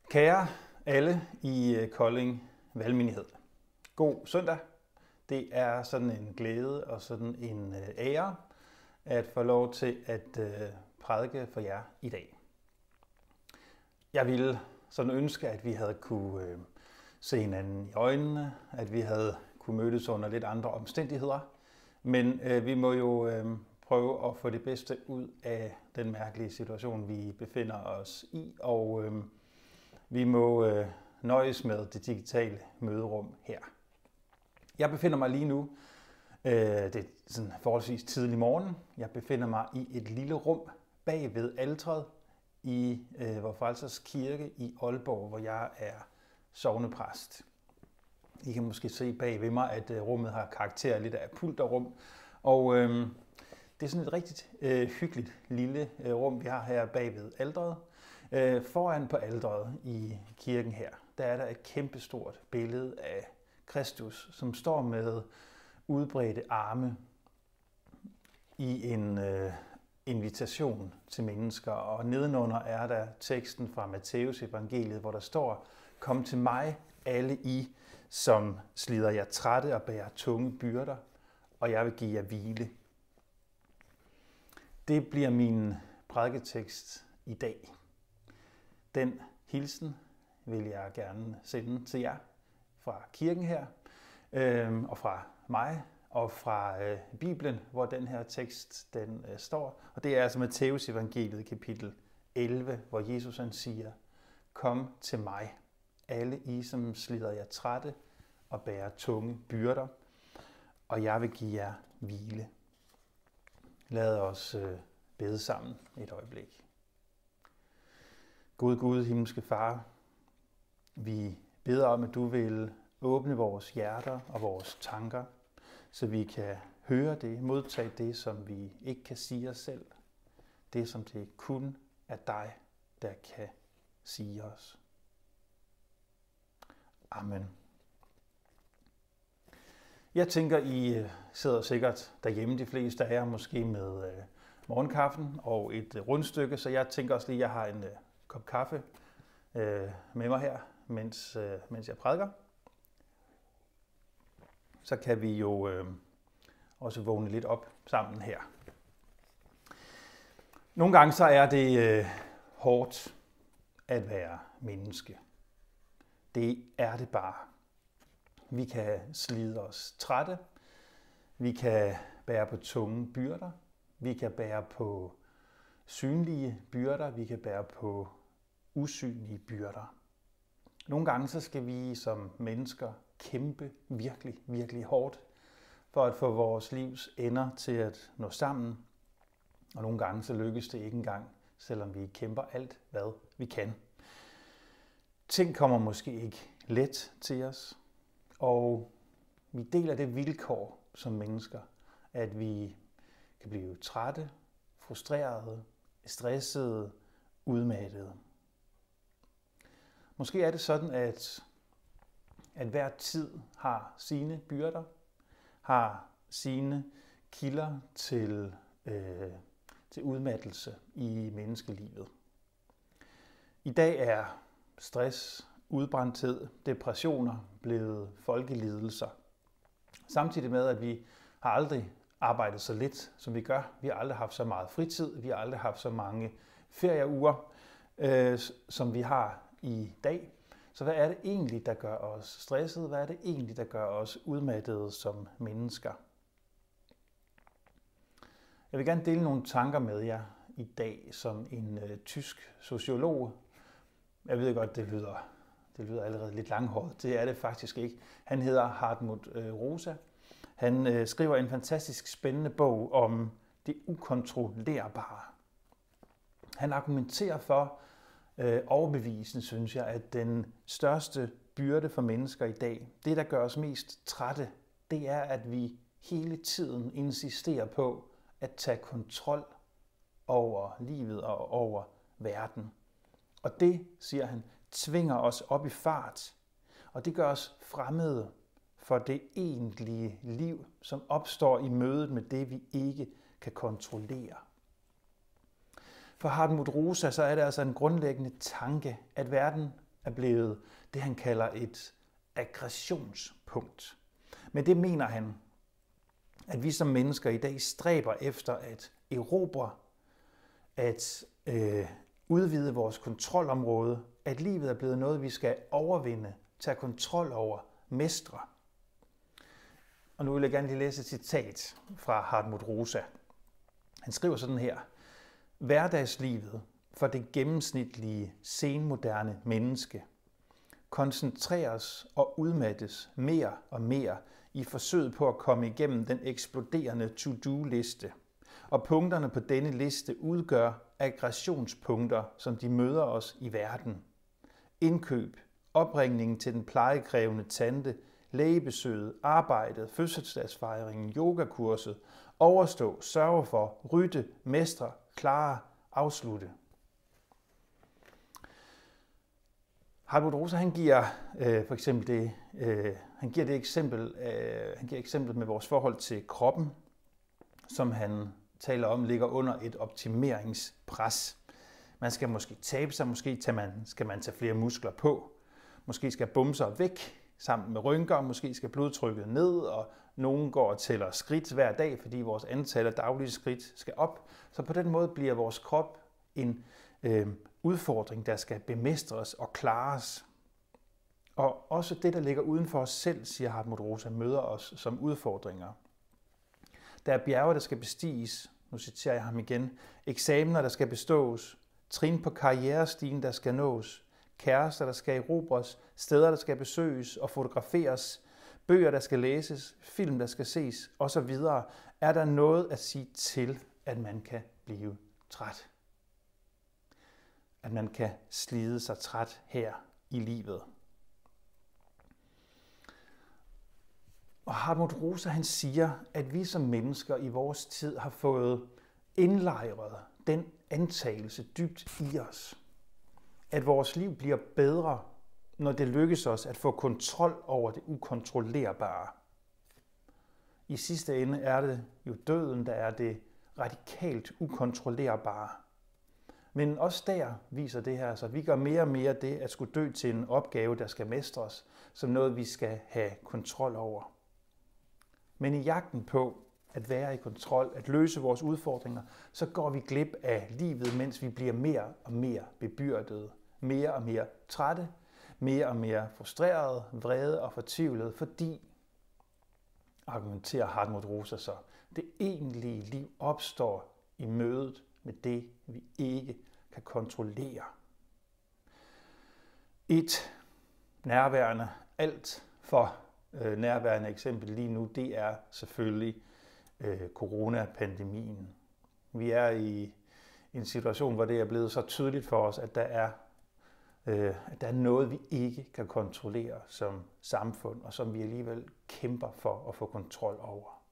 Kære alle i Kolding Valgmenighed. God søndag. Det er sådan en glæde og sådan en ære at få lov til at prædike for jer i dag. Jeg ville sådan ønske, at vi havde kunne se hinanden i øjnene, at vi havde kunne mødes under lidt andre omstændigheder. Men vi må jo prøve at få det bedste ud af den mærkelige situation, vi befinder os i, og vi må nøjes med det digitale møderum her. Jeg befinder mig lige nu, det er sådan forholdsvis tidlig morgen, jeg befinder mig i et lille rum bag ved alteret i Vor Frelsers Kirke i Aalborg, hvor jeg er sognepræst. I kan måske se bag ved mig, at rummet har karakter lidt af pulterrum, og det er sådan et rigtig hyggeligt lille rum, vi har her bag ved alteret. Foran på alteret i kirken her, der er der et kæmpestort billede af Kristus, som står med udbredte arme i en invitation til mennesker. Og nedenunder er der teksten fra Matteus evangeliet, hvor der står: Kom til mig, alle I, som slider jer trætte og bærer tunge byrder, og jeg vil give jer hvile. Det bliver min prædiketekst i dag. Den hilsen vil jeg gerne sende til jer fra kirken her, og fra mig, og fra Bibelen, hvor den her tekst den står. Og det er altså Matteus evangeliet kapitel 11, hvor Jesus han siger: Kom til mig, alle I, som slider jer trætte og bærer tunge byrder, og jeg vil give jer hvile. Lad os bede sammen et øjeblik. Gud, himmelske Far, vi beder om, at du vil åbne vores hjerter og vores tanker, så vi kan høre det, modtage det, som vi ikke kan sige os selv. Det, som det kun er dig, der kan sige os. Amen. Jeg tænker, I sidder sikkert derhjemme, de fleste af jer, måske med morgenkaffen og et rundstykke, så jeg tænker også lige, at jeg har en kop kaffe med mig her, mens jeg prædiker. Så kan vi jo også vågne lidt op sammen her. Nogle gange så er det hårdt at være menneske. Det er det bare. Vi kan slide os trætte. Vi kan bære på tunge byrder. Vi kan bære på synlige byrder. Vi kan bære på usynlige byrder. Nogle gange så skal vi som mennesker kæmpe virkelig, virkelig hårdt for at få vores livs ender til at nå sammen. Og nogle gange så lykkes det ikke engang, selvom vi kæmper alt, hvad vi kan. Ting kommer måske ikke let til os, og vi deler det vilkår som mennesker, at vi kan blive trætte, frustrerede, stressede, udmattede. Måske er det sådan, at hver tid har sine byrder, har sine kilder til udmattelse i menneskelivet. I dag er stress, udbrændthed, depressioner blevet folkelidelser. Samtidig med, at vi har aldrig arbejdet så lidt, som vi gør. Vi har aldrig haft så meget fritid. Vi har aldrig haft så mange ferieuger, som vi har i dag. Så hvad er det egentlig, der gør os stressede? Hvad er det egentlig, der gør os udmattede som mennesker? Jeg vil gerne dele nogle tanker med jer i dag, som en tysk sociolog. Jeg ved godt, det lyder allerede lidt langhåret. Det er det faktisk ikke. Han hedder Hartmut Rosa. Han skriver en fantastisk spændende bog om det ukontrollerbare. Han argumenterer for overbevisende, synes jeg, at den største byrde for mennesker i dag, det der gør os mest trætte, det er, at vi hele tiden insisterer på at tage kontrol over livet og over verden. Og det, siger han, tvinger os op i fart, og det gør os fremmede for det egentlige liv, som opstår i mødet med det, vi ikke kan kontrollere. For Hartmut Rosa, så er det altså en grundlæggende tanke, at verden er blevet det, han kalder et aggressionspunkt. Men det mener han, at vi som mennesker i dag stræber efter at erobre, at udvide vores kontrolområde, at livet er blevet noget, vi skal overvinde, tage kontrol over, mestre. Og nu vil jeg gerne lige læse et citat fra Hartmut Rosa. Han skriver sådan her: hverdagslivet for det gennemsnitlige senmoderne menneske koncentreres og udmattes mere og mere i forsøget på at komme igennem den eksploderende to-do-liste. Og punkterne på denne liste udgør aggressionspunkter, som de møder os i verden. Indkøb, opringningen til den plejekrævende tante, lægebesøget, arbejdet, fødselsdagsfejringen, yogakurset, overstå, sørge for, rydde, mestre, klare, afslutte. Hartmut Rosa, han giver for eksempel det eksempel med vores forhold til kroppen, som han taler om, ligger under et optimeringspres. Man skal måske tabe sig, måske skal man tage flere muskler på, måske skal bumser væk sammen med rynker, måske skal blodtrykket ned, og nogen går og tæller skridt hver dag, fordi vores antal af daglige skridt skal op. Så på den måde bliver vores krop en udfordring, der skal bemestres og klares. Og også det, der ligger uden for os selv, siger Hartmut Rosa, møder os som udfordringer. Der er bjerge, der skal bestiges, nu citerer jeg ham igen, eksamener, der skal bestås, trin på karrierestigen, der skal nås, kærester, der skal erobres, steder, der skal besøges og fotograferes, bøger, der skal læses, film, der skal ses osv., er der noget at sige til, at man kan blive træt. At man kan slide sig træt her i livet. Og Hartmut Rosa, han siger, at vi som mennesker i vores tid har fået indlejret den antagelse dybt i os, at vores liv bliver bedre, når det lykkes os at få kontrol over det ukontrollerbare. I sidste ende er det jo døden, der er det radikalt ukontrollerbare. Men også der viser det her, så vi gør mere og mere det at skulle dø til en opgave, der skal mestres, som noget, vi skal have kontrol over. Men i jagten på at være i kontrol, at løse vores udfordringer, så går vi glip af livet, mens vi bliver mere og mere bebyrdede, mere og mere trætte, mere og mere frustrerede, vrede og fortvivlede, fordi, argumenterer Hartmut Rosa så, det egentlige liv opstår i mødet med det, vi ikke kan kontrollere. Et nærværende, alt for nærværende eksempel lige nu, det er selvfølgelig coronapandemien. Vi er i en situation, hvor det er blevet så tydeligt for os, at der er noget, vi ikke kan kontrollere som samfund, og som vi alligevel kæmper for at få kontrol over.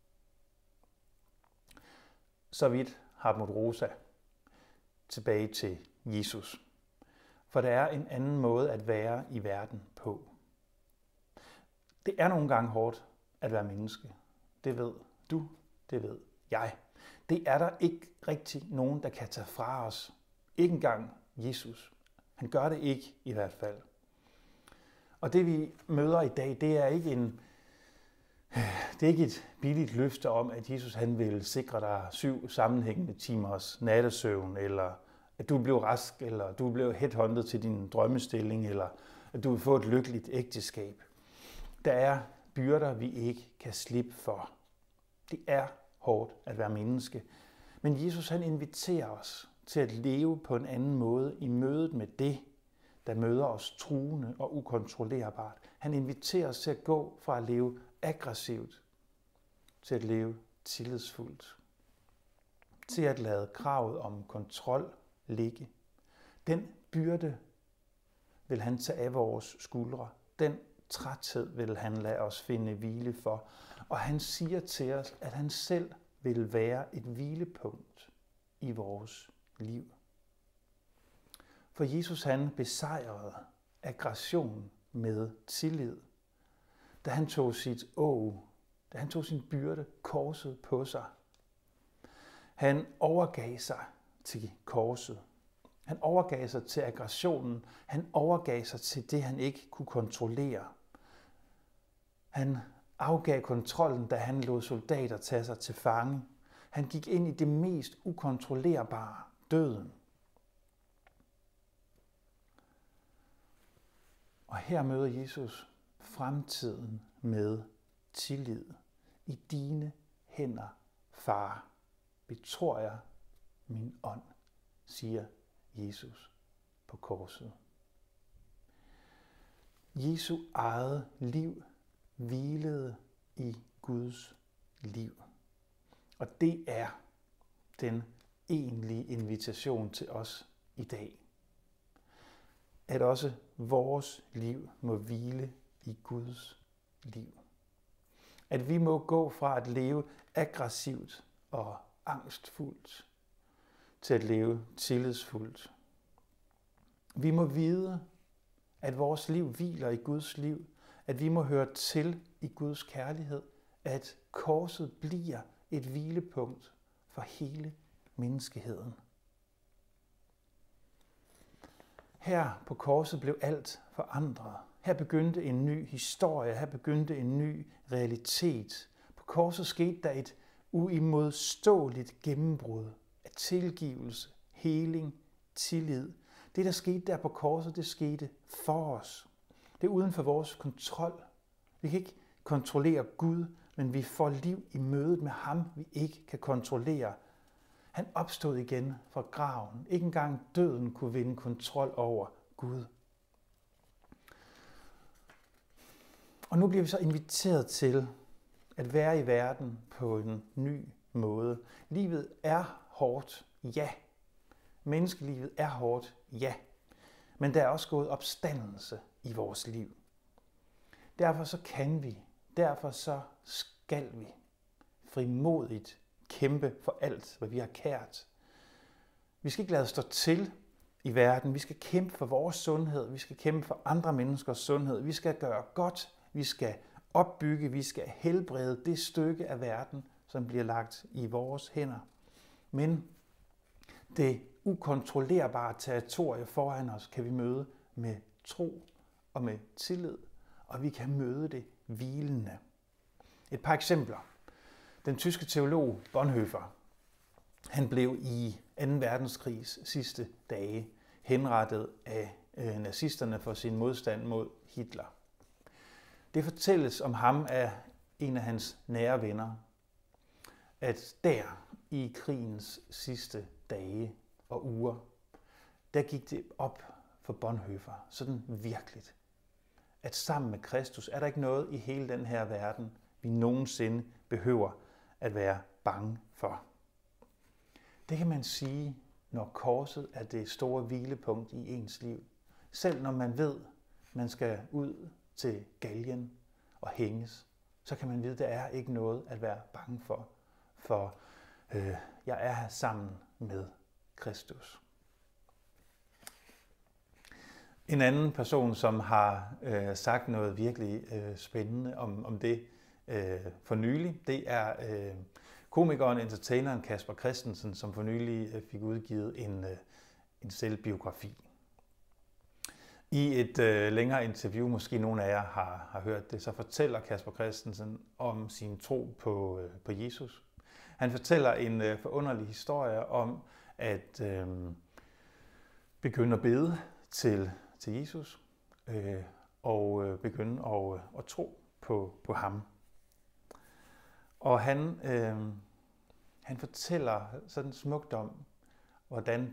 Så vidt Hartmut Rosa. Tilbage til Jesus. For der er en anden måde at være i verden på. Det er nogle gange hårdt at være menneske. Det ved du, det ved jeg. Det er der ikke rigtig nogen, der kan tage fra os. Ikke engang Jesus. Han gør det ikke i hvert fald. Og det vi møder i dag, det er ikke et billigt løfte om, at Jesus han vil sikre dig 7 sammenhængende timers nattesøvn, eller at du bliver rask, eller du bliver headhunted til din drømmestilling, eller at du vil få et lykkeligt ægteskab. Der er byrder, vi ikke kan slippe for. Det er hårdt at være menneske. Men Jesus han inviterer os til at leve på en anden måde i mødet med det, der møder os truende og ukontrollerbart. Han inviterer os til at gå fra at leve aggressivt til at leve tillidsfuldt. Til at lade kravet om kontrol ligge. Den byrde vil han tage af vores skuldre. Den træthed vil han lade os finde hvile for. Og han siger til os, at han selv vil være et hvilepunkt i vores liv. For Jesus han besejrede aggression med tillid. Da han tog sin byrde korset på sig. Han overgav sig til korset Han overgav sig til aggressionen. Han overgav sig til det, han ikke kunne kontrollere. Han afgav kontrollen, da han lod soldater tage sig til fange. Han gik ind i det mest ukontrollerbare, døden. Og her møder Jesus fremtiden med tillid. I dine hænder, far, betror jeg min ånd, siger Jesus på korset. Jesu eget liv hvilede i Guds liv. Og det er den egentlige invitation til os i dag. At også vores liv må hvile i Guds liv. At vi må gå fra at leve aggressivt og angstfuldt til at leve tillidsfuldt. Vi må vide, at vores liv hviler i Guds liv, at vi må høre til i Guds kærlighed, at korset bliver et hvilepunkt for hele menneskeheden. Her på korset blev alt forandret. Her begyndte en ny historie, her begyndte en ny realitet. På korset skete der et uimodståeligt gennembrud af tilgivelse, heling, tillid. Det, der skete der på korset, det skete for os. Det er uden for vores kontrol. Vi kan ikke kontrollere Gud, men vi får liv i mødet med ham, vi ikke kan kontrollere. Han opstod igen fra graven. Ikke engang døden kunne vinde kontrol over Gud. Og nu bliver vi så inviteret til at være i verden på en ny måde. Livet er hårdt, ja. Menneskelivet er hårdt, ja. Men der er også gået opstandelse i vores liv. Derfor så kan vi, derfor så skal vi frimodigt kæmpe for alt, hvad vi har kært. Vi skal ikke lade stå til i verden. Vi skal kæmpe for vores sundhed. Vi skal kæmpe for andre menneskers sundhed. Vi skal gøre godt. Vi skal opbygge. Vi skal helbrede det stykke af verden, som bliver lagt i vores hænder. Men det ukontrollerbare territorie foran os kan vi møde med tro og med tillid. Og vi kan møde det hvilende. Et par eksempler. Den tyske teolog Bonhoeffer, han blev i 2. verdenskrigs sidste dage henrettet af nazisterne for sin modstand mod Hitler. Det fortælles om ham af en af hans nære venner, at der i krigens sidste dage og uger, der gik det op for Bonhoeffer, sådan virkeligt, at sammen med Kristus er der ikke noget i hele den her verden, vi nogensinde behøver at være bange for. Det kan man sige, når korset er det store hvilepunkt i ens liv. Selv når man ved, man skal ud til galgen og hænges, så kan man vide, at der er ikke noget at være bange for jeg er her sammen med Kristus. En anden person, som har sagt noget virkelig spændende om det for nylig, det er komikeren og entertaineren Casper Christensen, som for nylig fik udgivet en selvbiografi. I et længere interview, måske nogle af jer har hørt det, så fortæller Casper Christensen om sin tro på Jesus. Han fortæller en forunderlig historie om at begynde at bede til Jesus og begynde at tro på ham. Og han fortæller sådan smukt om, hvordan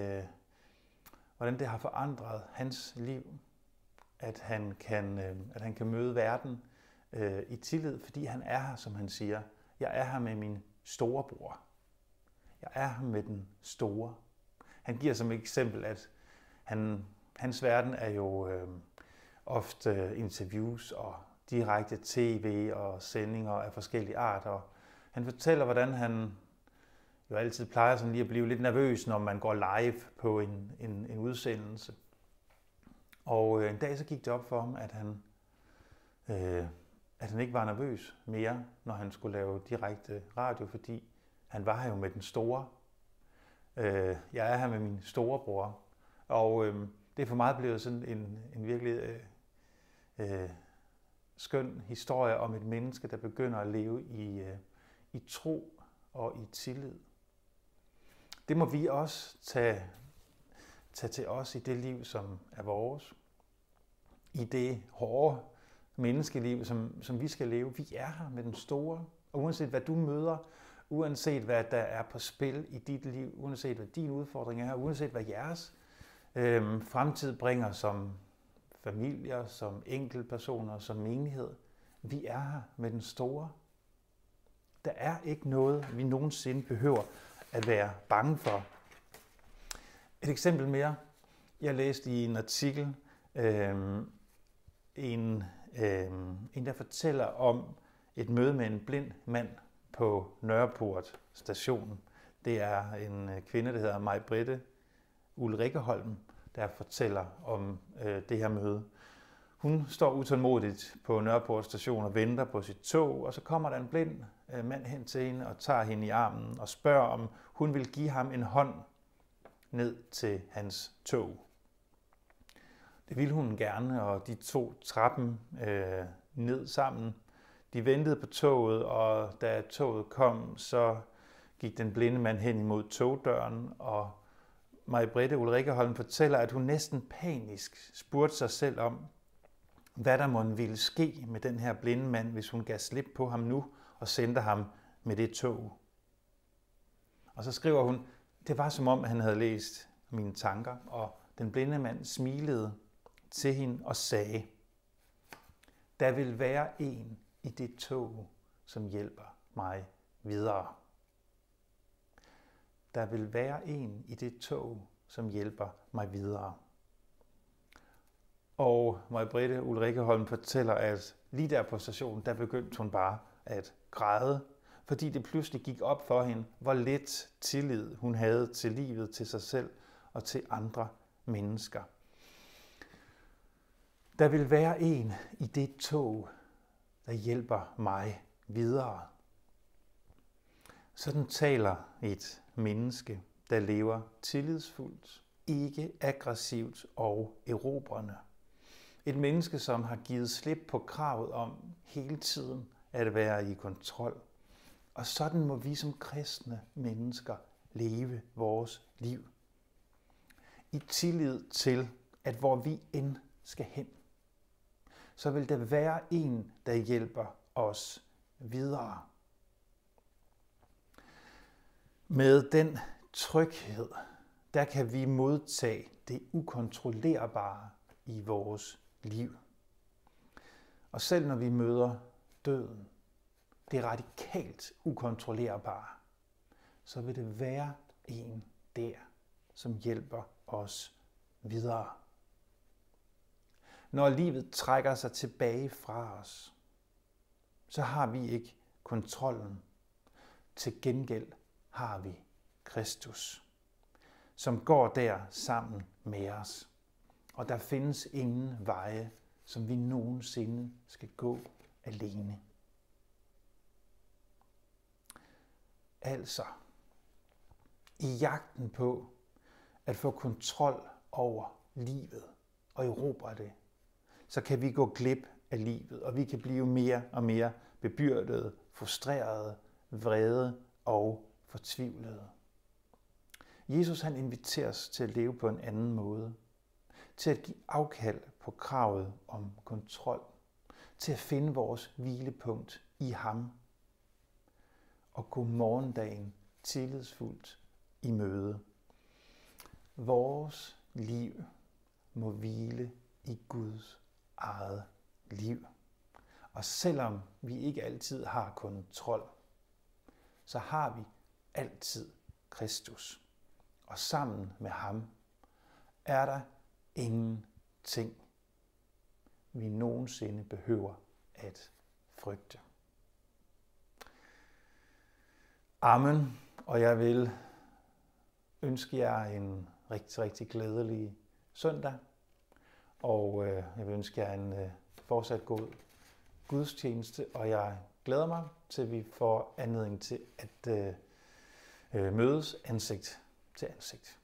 det har forandret hans liv, at han kan møde verden i tillid, fordi han er her, som han siger. Jeg er her med min storebror. Jeg er her med den store. Han giver som eksempel, at hans verden er jo ofte interviews og direkte tv og sendinger af forskellige arter. Han fortæller, hvordan han jo altid plejer sådan lige at blive lidt nervøs, når man går live på en udsendelse. Og en dag så gik det op for ham, at han ikke var nervøs mere, når han skulle lave direkte radio, fordi han var her jo med den store. Jeg er her med min storebror, og det er for mig blevet sådan en virkelig skøn historie om et menneske, der begynder at leve i tro og i tillid. Det må vi også tage til os i det liv, som er vores. I det hårde menneskeliv, som vi skal leve. Vi er her med den store. Og uanset hvad du møder, uanset hvad der er på spil i dit liv, uanset hvad din udfordring er, uanset hvad jeres fremtid bringer som familier, som enkeltpersoner, som menighed. Vi er her med den store. Der er ikke noget, vi nogensinde behøver at være bange for. Et eksempel mere. Jeg læste i en artikel en, der fortæller om et møde med en blind mand på Nørreport station. Det er en kvinde, der hedder Maj-Britte Ulrikkeholm, der fortæller om det her møde. Hun står utålmodigt på Nørreport station og venter på sit tog, og så kommer der en blind mand hen til hende og tager hende i armen og spørger, om hun vil give ham en hånd ned til hans tog. Det ville hun gerne, og de tog trappen ned sammen. De ventede på toget, og da toget kom, så gik den blinde mand hen imod togdøren, og Maj-Britte Ulrikkeholm fortæller, at hun næsten panisk spurgte sig selv om, hvad der måtte ville ske med den her blinde mand, hvis hun gav slip på ham nu og sendte ham med det tog. Og så skriver hun, det var som om, han havde læst mine tanker, og den blinde mand smilede til hende og sagde, der vil være en i det tog, som hjælper mig videre. Der vil være en i det tog, som hjælper mig videre. Og Maj-Britte Ulrikkeholm fortæller, at lige der på stationen, der begyndte hun bare at græde, fordi det pludselig gik op for hende, hvor lidt tillid hun havde til livet, til sig selv og til andre mennesker. Der vil være en i det tog, der hjælper mig videre. Sådan taler et menneske, der lever tillidsfuldt, ikke aggressivt og erobrende. Et menneske, som har givet slip på kravet om hele tiden at være i kontrol. Og sådan må vi som kristne mennesker leve vores liv. I tillid til, at hvor vi end skal hen, så vil der være en, der hjælper os videre. Med den tryghed, der kan vi modtage det ukontrollerbare i vores liv. Og selv når vi møder døden, det radikalt ukontrollerbare, så vil det være en der, som hjælper os videre. Når livet trækker sig tilbage fra os, så har vi ikke kontrollen. Til gengæld har vi Kristus, som går der sammen med os. Og der findes ingen veje, som vi nogensinde skal gå alene. Altså, i jagten på at få kontrol over livet og erobre det, så kan vi gå glip af livet, og vi kan blive mere og mere bebyrdede, frustrerede, vrede og fortvivlede. Jesus han inviterer os til at leve på en anden måde, til at give afkald på kravet om kontrol, til at finde vores hvilepunkt i ham og gå morgendagen tillidsfuldt i møde. Vores liv må hvile i Guds eget liv. Og selvom vi ikke altid har kontrol, så har vi altid Kristus. Og sammen med ham er der ingenting, vi nogensinde behøver at frygte. Amen. Og jeg vil ønske jer en rigtig, rigtig glædelig søndag. Og jeg vil ønske jer en fortsat god gudstjeneste. Og jeg glæder mig til, at vi får anledning til at mødes ansigt til ansigt.